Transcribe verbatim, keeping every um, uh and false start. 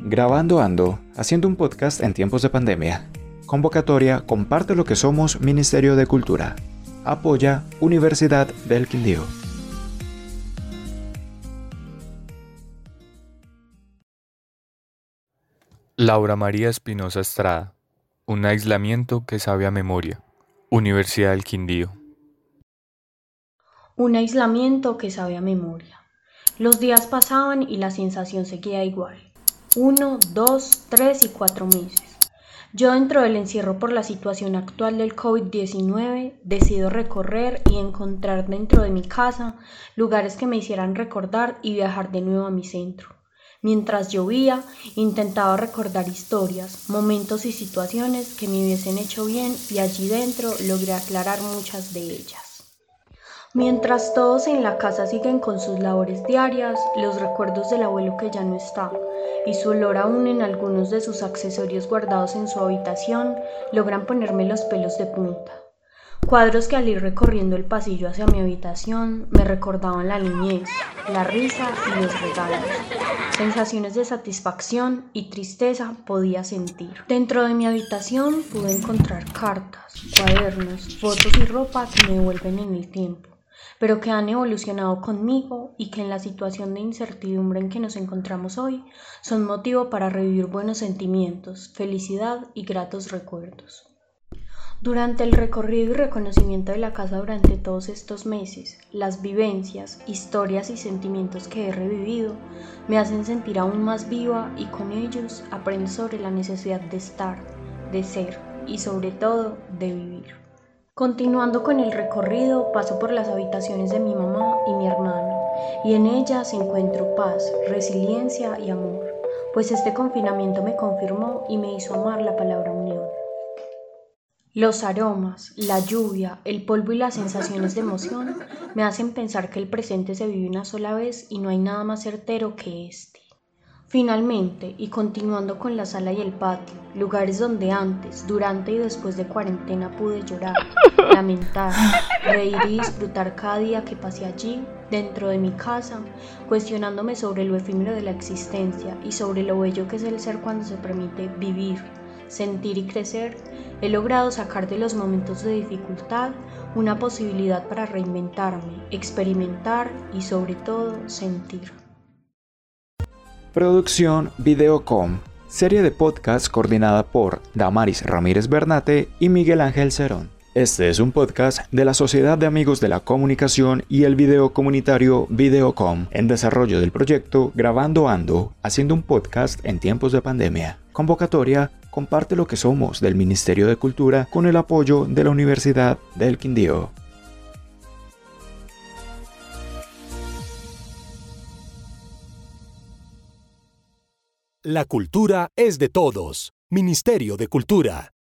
Grabando Ando, haciendo un podcast en tiempos de pandemia. Convocatoria Comparte lo que somos Ministerio de Cultura. Apoya Universidad del Quindío. Laura María Espinosa Estrada. Un aislamiento que sabe a memoria. Universidad del Quindío. Un aislamiento que sabe a memoria. Los días pasaban y la sensación seguía igual. Uno, dos, tres y cuatro meses. Yo, dentro del encierro por la situación actual del covid diecinueve, decido recorrer y encontrar dentro de mi casa lugares que me hicieran recordar y viajar de nuevo a mi centro. Mientras llovía, intentaba recordar historias, momentos y situaciones que me hubiesen hecho bien, y allí dentro logré aclarar muchas de ellas. Mientras todos en la casa siguen con sus labores diarias, los recuerdos del abuelo que ya no está, y su olor aún en algunos de sus accesorios guardados en su habitación, logran ponerme los pelos de punta. Cuadros que al ir recorriendo el pasillo hacia mi habitación me recordaban la niñez, la risa y los regalos. Sensaciones de satisfacción y tristeza podía sentir. Dentro de mi habitación pude encontrar cartas, cuadernos, fotos y ropa que me devuelven en el tiempo, pero que han evolucionado conmigo y que en la situación de incertidumbre en que nos encontramos hoy son motivo para revivir buenos sentimientos, felicidad y gratos recuerdos. Durante el recorrido y reconocimiento de la casa durante todos estos meses, las vivencias, historias y sentimientos que he revivido me hacen sentir aún más viva, y con ellos aprendo sobre la necesidad de estar, de ser y sobre todo de vivir. Continuando con el recorrido, paso por las habitaciones de mi mamá y mi hermano, y en ellas encuentro paz, resiliencia y amor, pues este confinamiento me confirmó y me hizo amar la palabra unión. Los aromas, la lluvia, el polvo y las sensaciones de emoción me hacen pensar que el presente se vive una sola vez y no hay nada más certero que este. Finalmente, y continuando con la sala y el patio, lugares donde antes, durante y después de cuarentena pude llorar, lamentar, reír y disfrutar cada día que pasé allí, dentro de mi casa, cuestionándome sobre lo efímero de la existencia y sobre lo bello que es el ser cuando se permite vivir, sentir y crecer, he logrado sacar de los momentos de dificultad una posibilidad para reinventarme, experimentar y sobre todo sentir. Producción Videocom, serie de podcast coordinada por Damaris Ramírez Bernate y Miguel Ángel Cerón. Este es un podcast de la Sociedad de Amigos de la Comunicación y el Video Comunitario Videocom, en desarrollo del proyecto Grabando Ando, haciendo un podcast en tiempos de pandemia. Convocatoria Comparte lo que somos del Ministerio de Cultura con el apoyo de la Universidad del Quindío. La cultura es de todos. Ministerio de Cultura.